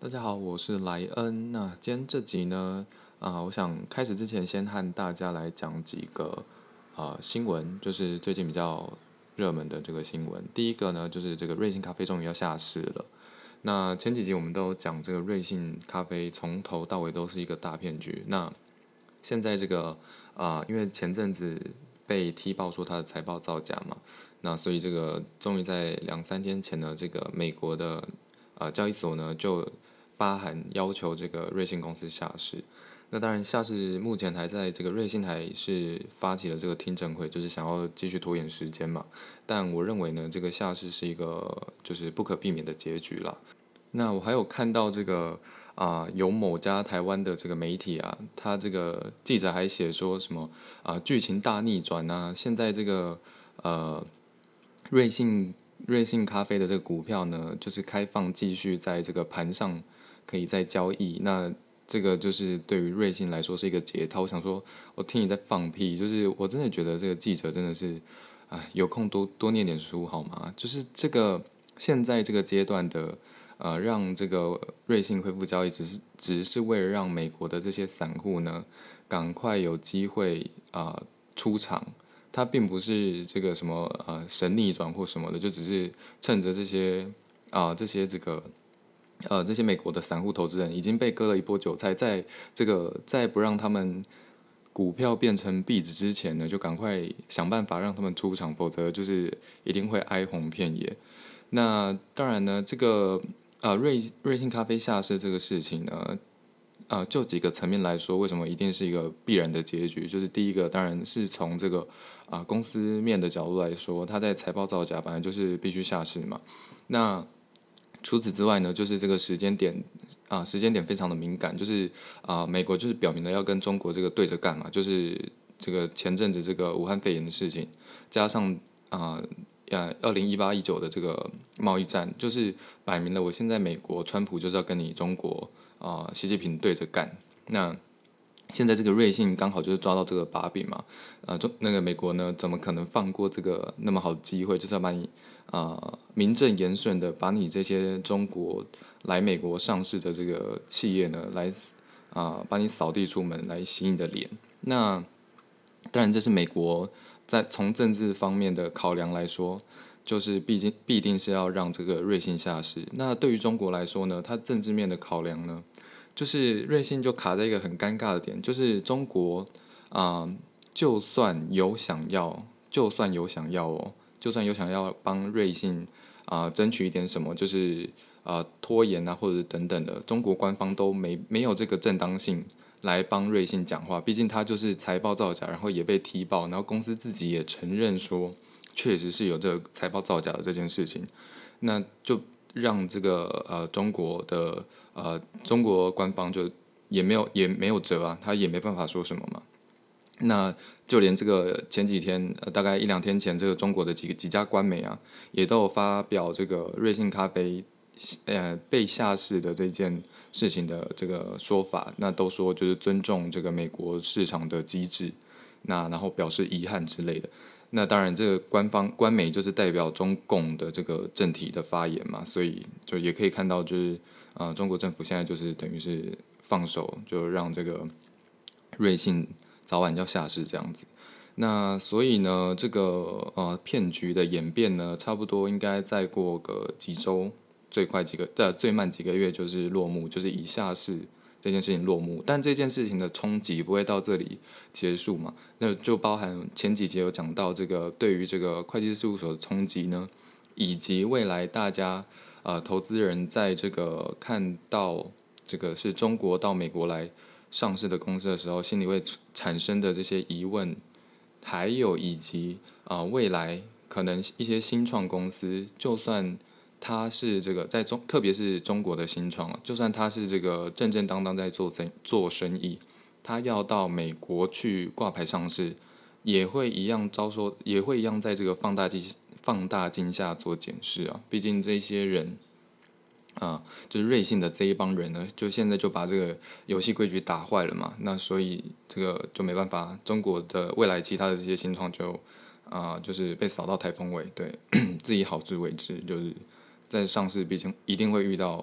大家好，我是莱恩。那今天这集呢，我想开始之前先和大家来讲几个新闻，就是最近比较热门的这个新闻。第一个呢，就是这个瑞幸咖啡终于要下市了。那前几集我们都讲这个瑞幸咖啡从头到尾都是一个大骗局。那现在这个因为前阵子被踢爆说它的财报造假嘛，那所以这个终于在2、3天前呢，这个美国的交易所呢就发函要求这个瑞幸公司下市。那当然，下市目前还在这个瑞幸还是发起了这个听证会，就是想要继续拖延时间嘛。但我认为呢，这个下市是一个就是不可避免的结局啦。那我还有看到这个有某家台湾的这个媒体他这个记者还写说什么剧情大逆转现在这个呃瑞幸瑞幸咖啡的这个股票呢，就是开放继续在这个盘上可以再交易。那这个就是对于瑞幸来说是一个解套。我想说，我听你在放屁，就是我真的觉得这个记者真的是，有空多念点书好吗？就是这个现在这个阶段的，让这个瑞幸恢复交易，只是为了让美国的这些散户呢，赶快有机会出场。它并不是这个什么神逆转或什么的，就只是趁着这些美国的散户投资人已经被割了一波韭菜，在不让他们股票变成币值之前呢，就赶快想办法让他们出场，否则就是一定会哀鸿遍野。那当然呢，这个瑞幸咖啡下市这个事情呢，就几个层面来说，为什么一定是一个必然的结局？就是第一个，当然是从这个公司面的角度来说，它在财报造假，本来就是必须下市嘛。那除此之外呢，就是这个时间点非常的敏感，就是美国就是表明了要跟中国这个对着干嘛，就是这个前阵子这个武汉肺炎的事情，加上2018、19的这个贸易战，就是摆明了我现在美国川普就是要跟你中国习近平对着干。那现在这个瑞幸刚好就是抓到这个把柄嘛，那个美国呢怎么可能放过这个那么好的机会，就是要把你名正言顺的把你这些中国来美国上市的这个企业呢来把你扫地出门，来洗你的脸。那当然这是美国在从政治方面的考量来说，就是必定是要让这个瑞幸下市。那对于中国来说呢，它政治面的考量呢，就是瑞幸就卡在一个很尴尬的点，就是中国就算有想要，就算有想要帮瑞幸争取一点什么，就是拖延或者等等的，中国官方都没有这个正当性来帮瑞幸讲话。毕竟他就是财报造假，然后也被踢爆，然后公司自己也承认说，确实是有这个财报造假的这件事情。那就让这个中国官方就也没有辙啊，他也没办法说什么嘛。那就连这个前几天，大概1、2天前，这个中国的几家官媒也都有发表这个瑞幸咖啡被下市的这件事情的这个说法，那都说就是尊重这个美国市场的机制，那然后表示遗憾之类的。那当然，这个官媒就是代表中共的这个政体的发言嘛，所以就也可以看到，就是中国政府现在就是等于是放手，就让这个瑞幸早晚要下市这样子。那所以呢，这个骗局的演变呢，差不多应该再过个几周，最慢几个月就是落幕，就是以下市这件事情落幕。但这件事情的冲击不会到这里结束嘛？那就包含前几节有讲到这个对于这个会计师事务所的冲击呢，以及未来大家投资人在这个看到这个是中国到美国来上市的公司的时候，心里会产生的这些疑问，还有以及未来可能一些新创公司，就算它是这个特别是中国的新创，就算它是这个正正当当在做生意，它要到美国去挂牌上市，也会一样在这个放大镜下做检视啊。毕竟这些人就是瑞幸的这一帮人呢，就现在就把这个游戏规矩打坏了嘛。那所以这个就没办法，中国的未来其他的这些新创就是被扫到台风尾，对自己好自为之，就是在上市毕竟一定会遇到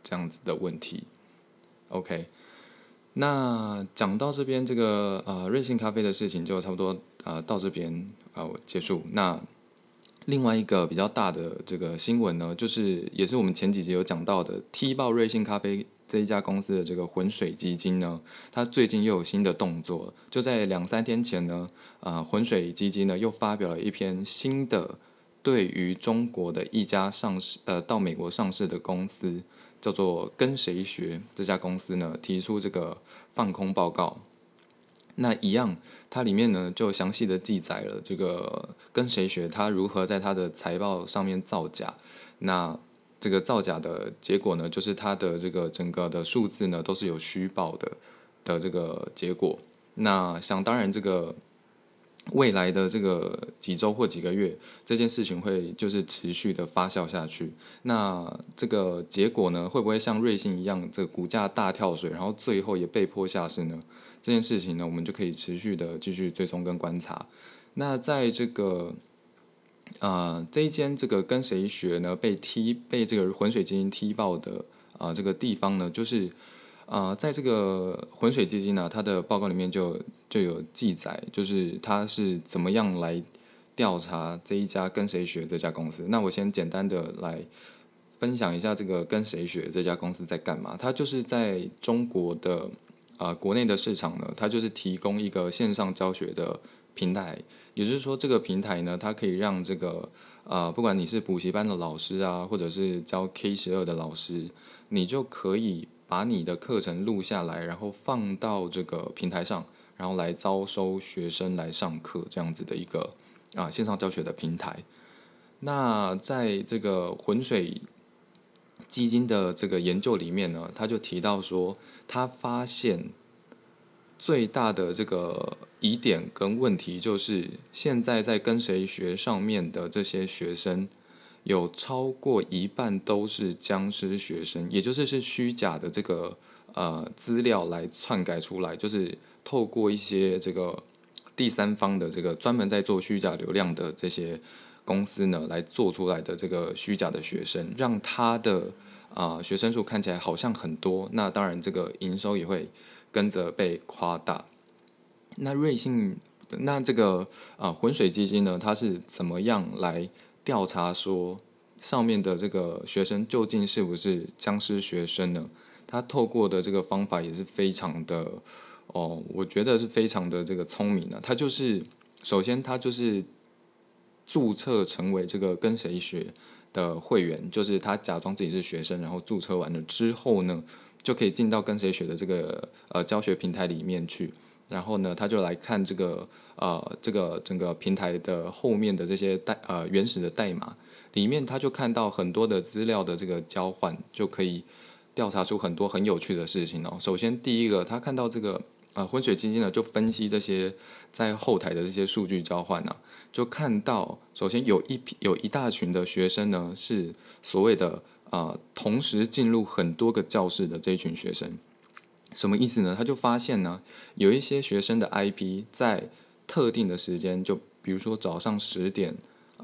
这样子的问题。OK， 那讲到这边，这个瑞幸咖啡的事情就差不多到这边结束。那另外一个比较大的这个新闻呢，就是也是我们前几集有讲到的，踢爆瑞幸咖啡这一家公司的这个浑水基金呢，它最近又有新的动作。就在2-3天前呢，浑水基金呢又发表了一篇新的对于中国的一家到美国上市的公司，叫做跟谁学这家公司呢，提出这个放空报告。那一样，它里面呢就详细的记载了这个跟谁学它如何在它的财报上面造假。那这个造假的结果呢，就是它的这个整个的数字呢都是有虚报的这个结果。那想当然，这个未来的这个几周或几个月，这件事情会就是持续的发酵下去。那这个结果呢，会不会像瑞幸一样，这个股价大跳水，然后最后也被迫下市呢？这件事情呢，我们就可以持续的继续追踪跟观察。那在这个这一间这个跟谁学呢被这个浑水基金踢爆的这个地方呢，就是在这个浑水基金呢，它的报告里面就有记载，就是它是怎么样来调查这一家跟谁学这家公司。那我先简单的来分享一下这个跟谁学这家公司在干嘛。它就是在中国的国内的市场呢，它就是提供一个线上教学的平台。也就是说，这个平台呢，它可以让这个不管你是补习班的老师啊，或者是教 K12的老师，你就可以把你的课程录下来，然后放到这个平台上，然后来招收学生来上课，这样子的一个线上教学的平台。那在这个浑水基金的这个研究里面呢，他就提到说，他发现最大的这个疑点跟问题就是，现在在跟谁学上面的这些学生，有超过一半都是僵尸学生，也就是虚假的这个资料来篡改出来，就是透过一些这个第三方的这个专门在做虚假流量的这些公司呢，来做出来的这个虚假的学生，让他的学生数看起来好像很多，那当然这个营收也会跟着被夸大。那这个浑水基金呢，它是怎么样来调查说上面的这个学生究竟是不是僵尸学生呢？他透过的这个方法也是非常的我觉得是非常的这个聪明的。他就是首先他就是注册成为这个跟谁学的会员，就是他假装自己是学生，然后注册完了之后呢，就可以进到跟谁学的这个教学平台里面去。然后呢，他就来看这个整个平台的后面的这些原始的代码里面，他就看到很多的资料的这个交换，就可以调查出很多很有趣的事情哦。首先第一个，他看到这个浑水基金呢，就分析这些在后台的这些数据交换就看到首先有一大群的学生呢，是所谓的同时进入很多个教室的这一群学生。什么意思呢？他就发现呢，有一些学生的 IP 在特定的时间，就比如说早上10点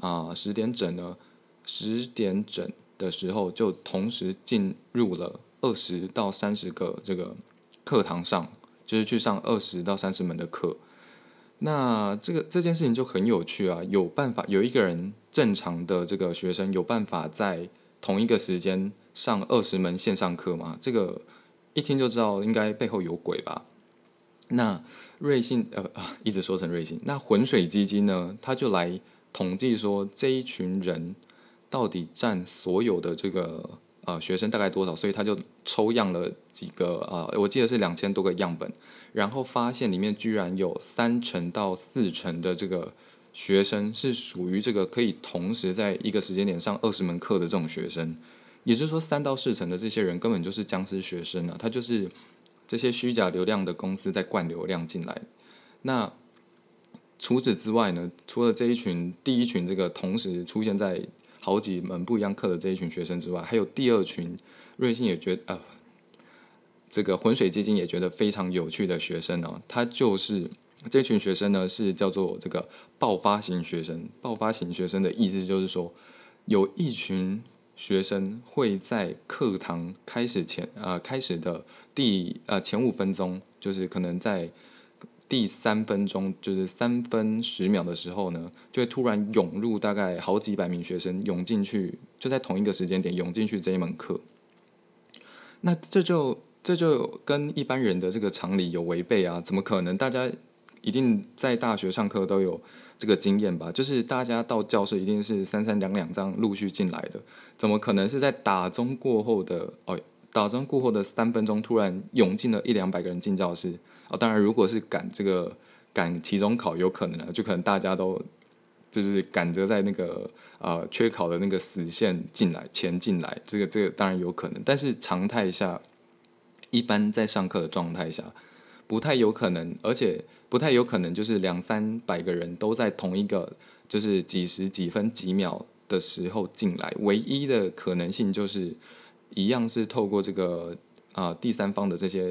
10点整的时候，就同时进入了20到30个这个课堂上，就是去上20到30门的课。那这件事情就很有趣啊，有一个人正常的这个学生有办法在同一个时间上20门线上课吗？这个一听就知道应该背后有鬼吧。那瑞幸一直说成瑞幸，那浑水基金呢，他就来统计说这一群人到底占所有的这个学生大概多少，所以他就抽样了几个我记得是2000多个样本，然后发现里面居然有30%到40%的这个学生是属于这个可以同时在一个时间点上20门课的这种学生。也就是说，3到4成的这些人根本就是僵尸学生他就是这些虚假流量的公司在灌流量进来。那除此之外呢，除了第一群这个同时出现在好几门不一样课的这一群学生之外，还有第二群，瑞幸也觉得这个浑水基金也觉得非常有趣的学生他就是这群学生呢是叫做这个爆发型学生。爆发型学生的意思就是说，有一群学生会在课堂开始的前5分钟，就是可能在第3分钟，就是3分10秒的时候呢，就会突然涌入大概好几百名学生涌进去，就在同一个时间点涌进去这一门课。那这就跟一般人的这个常理有违背啊！怎么可能？大家一定在大学上课都有这个经验吧？就是大家到教室一定是三三两两这样陆续进来的，怎么可能是在打钟过后的3分钟突然涌进了100-200个人进教室？当然，如果是赶期中考，有可能就可能大家都就是赶着在那个缺考的那个死线进来，这个当然有可能，但是常态下，一般在上课的状态下，不太有可能，而且不太有可能就是200-300个人都在同一个就是几时几分几秒的时候进来，唯一的可能性就是一样是透过这个第三方的这些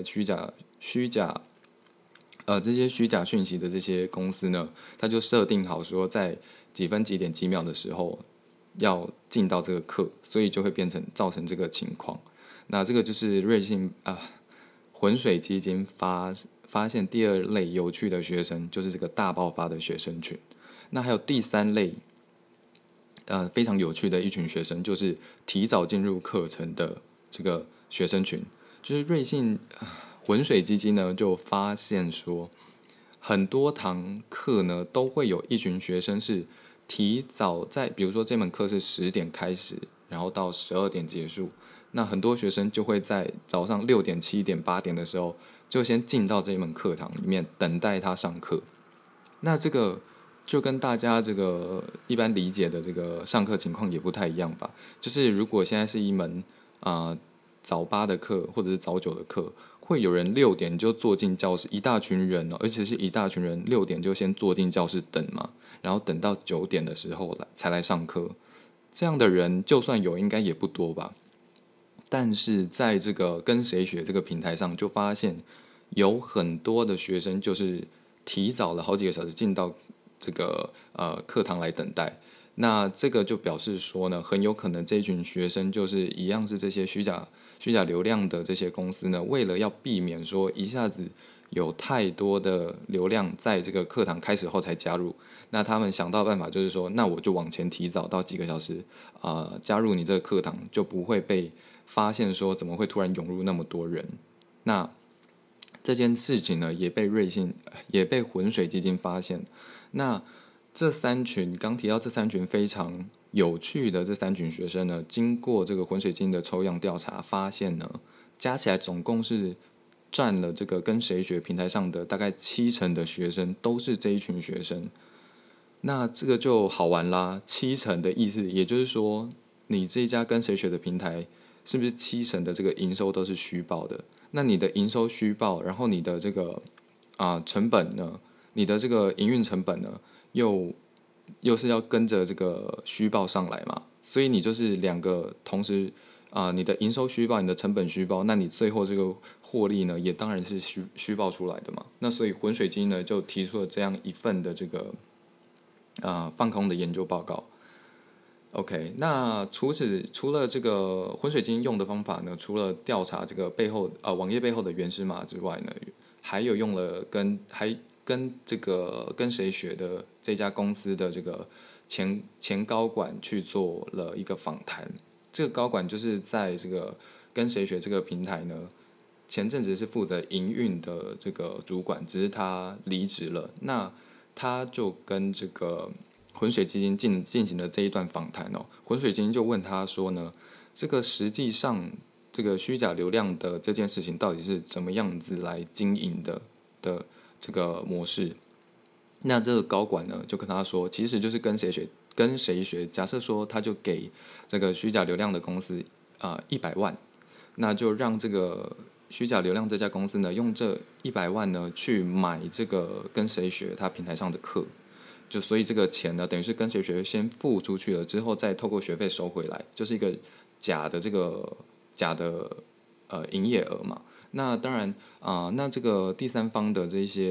这些虚假讯息的这些公司呢，他就设定好说在几分几点几秒的时候要进到这个课，所以就会造成这个情况。那这个就是瑞信浑水基金发现第二类有趣的学生，就是这个大爆发的学生群。那还有第三类非常有趣的一群学生，就是提早进入课程的这个学生群。就是瑞信浑水基金呢就发现说，很多堂课呢都会有一群学生是提早在，比如说这门课是10点开始，然后到12点结束，那很多学生就会在早上6点、7点、8点的时候就先进到这一门课堂里面等待他上课。那这个就跟大家这个一般理解的这个上课情况也不太一样吧？就是如果现在是一门早8的课或者是早9的课，会有人6点就坐进教室，一大群人而且是一大群人6点就先坐进教室等嘛，然后等到9点的时候才来上课。这样的人就算有，应该也不多吧？但是在这个跟谁学这个平台上，就发现有很多的学生就是提早了好几个小时进到这个课堂来等待。那这个就表示说呢，很有可能这一群学生就是一样是这些虚假流量的这些公司呢，为了要避免说一下子有太多的流量在这个课堂开始后才加入，那他们想到办法就是说，那我就往前提早到几个小时加入你这个课堂，就不会被发现说怎么会突然涌入那么多人。那这件事情呢，也被浑水基金发现。那刚提到这三群非常有趣的这三群学生呢，经过这个浑水基金的抽样调查，发现呢，加起来总共是占了这个跟谁学平台上的大概70%的学生都是这一群学生。那这个就好玩啦，70%的意思，也就是说，你这一家跟谁学的平台，是不是70%的这个营收都是虚报的？那你的营收虚报，然后你的这个成本呢，你的这个营运成本呢，又是要跟着这个虚报上来嘛，所以你就是两个同时你的营收虚报，你的成本虚报，那你最后这个获利呢，也当然是虚报出来的嘛。那所以浑水基金呢就提出了这样一份的这个放空的研究报告。OK， 那除了这个浑水基金用的方法呢，除了调查这个网页背后的原始码之外呢，还有用了跟这个跟谁学的这家公司的这个前高管去做了一个访谈。这个高管就是在这个跟谁学这个平台呢，前阵子是负责营运的这个主管，只是他离职了。那他就跟这个浑水基金进行了这一段访谈哦。浑水基金就问他说呢，这个实际上这个虚假流量的这件事情到底是怎么样子来经营的这个模式？那这个高管呢就跟他说，其实就是跟谁学。假设说他就给这个虚假流量的公司100万，那就让这个虚假流量这家公司呢用这100万呢去买这个跟谁学他平台上的课。就所以这个钱呢，等于是跟谁学先付出去了，之后再透过学费收回来，就是一个假的营业额嘛。那当然那这个第三方的这些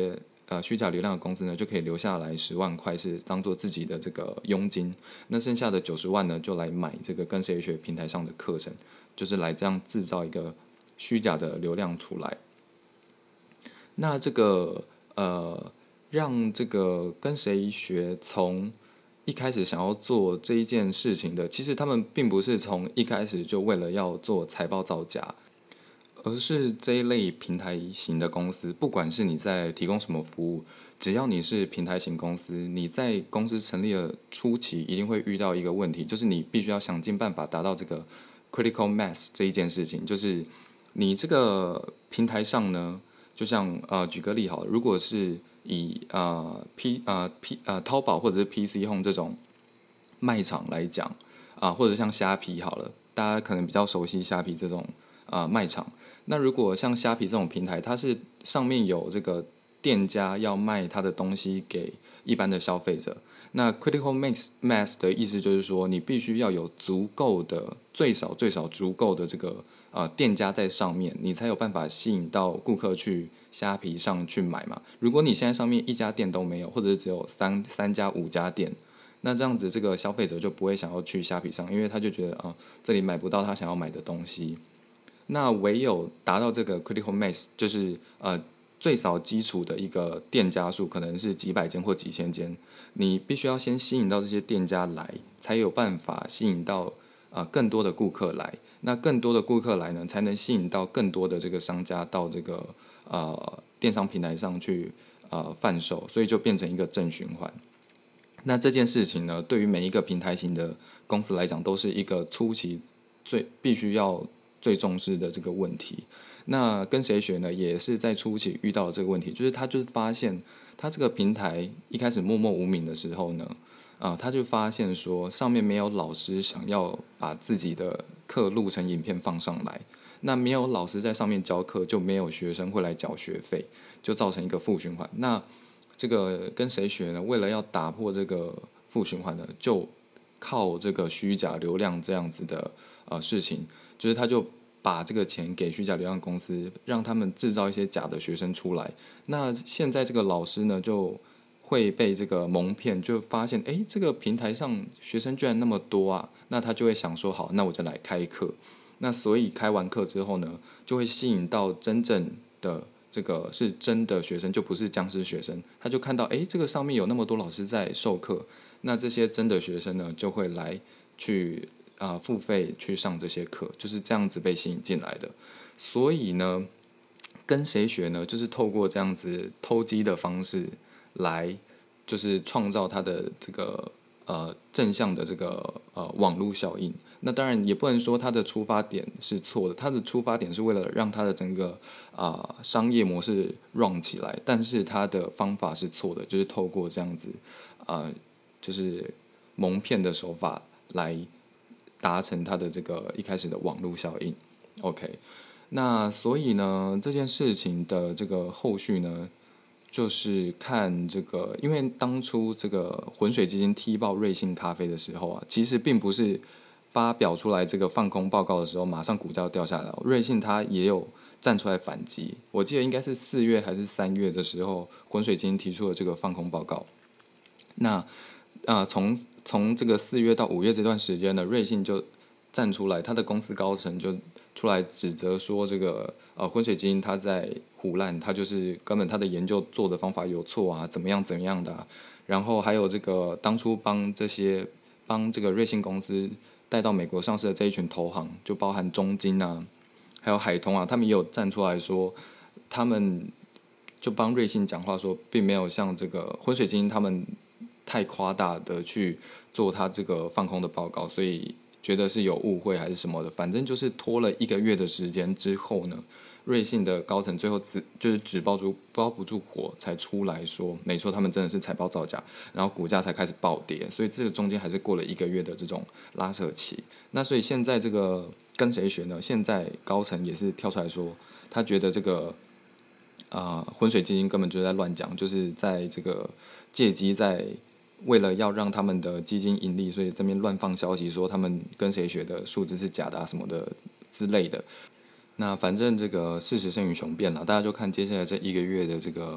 虚假流量的公司呢，就可以留下来10万块是当做自己的这个佣金，那剩下的90万呢，就来买这个跟谁学平台上的课程，就是来这样制造一个虚假的流量出来。那这个让这个跟谁学从一开始想要做这一件事情的，其实他们并不是从一开始就为了要做财报造假，而是这一类平台型的公司，不管是你在提供什么服务，只要你是平台型公司，你在公司成立的初期一定会遇到一个问题，就是你必须要想尽办法达到这个 critical mass 这一件事情，就是你这个平台上呢，就像举个例好了，如果是以淘宝或者是 PC Home 这种卖场来讲或者像虾皮好了，大家可能比较熟悉虾皮这种卖场。那如果像虾皮这种平台，它是上面有这个店家要卖他的东西给一般的消费者，那 critical mass 的意思就是说，你必须要有足够的最少足够的这个店家在上面，你才有办法吸引到顾客去虾皮上去买嘛。如果你现在上面一家店都没有，或者是只有三家5家店，那这样子这个消费者就不会想要去虾皮上，因为他就觉得这里买不到他想要买的东西。那唯有达到这个 critical mass， 就是最少基础的一个店家数，可能是几百间或几千间，你必须要先吸引到这些店家来，才有办法吸引到更多的顾客来。那更多的顾客来呢，才能吸引到更多的这个商家到这个电商平台上去贩售，所以就变成一个正循环。那这件事情呢，对于每一个平台型的公司来讲，都是一个初期必须要最重视的这个问题。那跟谁学呢，也是在初期遇到了这个问题，就是他就是发现他这个平台一开始默默无名的时候呢，他就发现说上面没有老师想要把自己的课录成影片放上来，那没有老师在上面教课，就没有学生会来缴学费，就造成一个负循环。那这个跟谁学呢？为了要打破这个负循环呢，就靠这个虚假流量这样子的事情，就是他就把这个钱给虚假流量公司，让他们制造一些假的学生出来。那现在这个老师呢，就会被这个蒙骗，就发现这个平台上学生居然那么多啊，那他就会想说好，那我就来开课。那所以开完课之后呢，就会吸引到真正的这个是真的学生，就不是僵尸学生。他就看到这个上面有那么多老师在授课，那这些真的学生呢，就会来去付费去上这些课，就是这样子被吸引进来的。所以呢，跟谁学呢？就是透过这样子偷鸡的方式来，就是创造它的这个正向的这个网络效应。那当然也不能说它的出发点是错的，它的出发点是为了让它的整个商业模式 run 起来，但是它的方法是错的，就是透过这样子就是蒙骗的手法来达成它的这个一开始的网络效应。OK， 那所以呢，这件事情的这个后续呢，就是看这个，因为当初这个浑水基金踢爆瑞幸咖啡的时候其实并不是发表出来这个放空报告的时候，马上股价掉下来。瑞幸它也有站出来反击，我记得应该是4月还是3月的时候，浑水基金提出了这个放空报告。那从这个4月到5月这段时间呢，瑞幸就站出来，他的公司高层就出来指责说，这个浑水基金他在唬烂，他就是根本他的研究做的方法有错啊，怎么样的然后还有这个当初帮这个瑞幸公司带到美国上市的这一群投行，就包含中金还有海通他们也有站出来说，他们就帮瑞幸讲话说，并没有像这个浑水基金他们太夸大的去做他这个放空的报告，所以觉得是有误会还是什么的，反正就是拖了1个月的时间之后呢，瑞幸的高层最后只包不住火，才出来说没错，他们真的是财报造假，然后股价才开始暴跌，所以这个中间还是过了1个月的这种拉扯期。那所以现在这个跟谁学呢？现在高层也是跳出来说，他觉得这个浑水基金根本就是在乱讲，就是在这个借机在为了要让他们的基金盈利，所以这边乱放消息说他们跟谁学的数字是假的什么的之类的。那反正这个事实胜于雄辩了，大家就看接下来这1个月的这个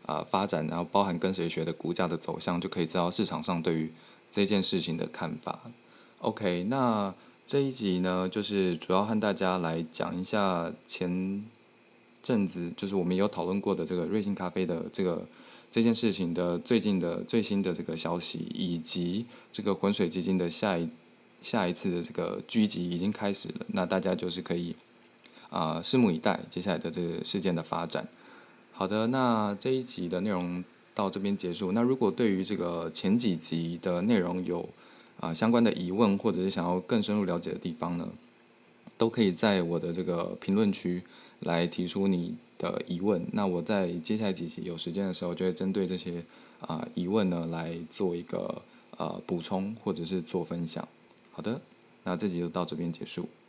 发展，然后包含跟谁学的股价的走向，就可以知道市场上对于这件事情的看法。OK，那这一集呢，就是主要和大家来讲一下前阵子就是我们有讨论过的这个瑞幸咖啡的这件事情的最新的这个消息，以及这个浑水基金的下一次的这个狙击已经开始了，那大家就是可以拭目以待接下来的这个事件的发展。好的，那这一集的内容到这边结束。那如果对于这个前几集的内容有相关的疑问，或者是想要更深入了解的地方呢，都可以在我的这个评论区来提出你的疑问。那我在接下来几集有时间的时候，就会针对这些疑问呢来做一个补充或者是做分享。好的，那这集就到这边结束。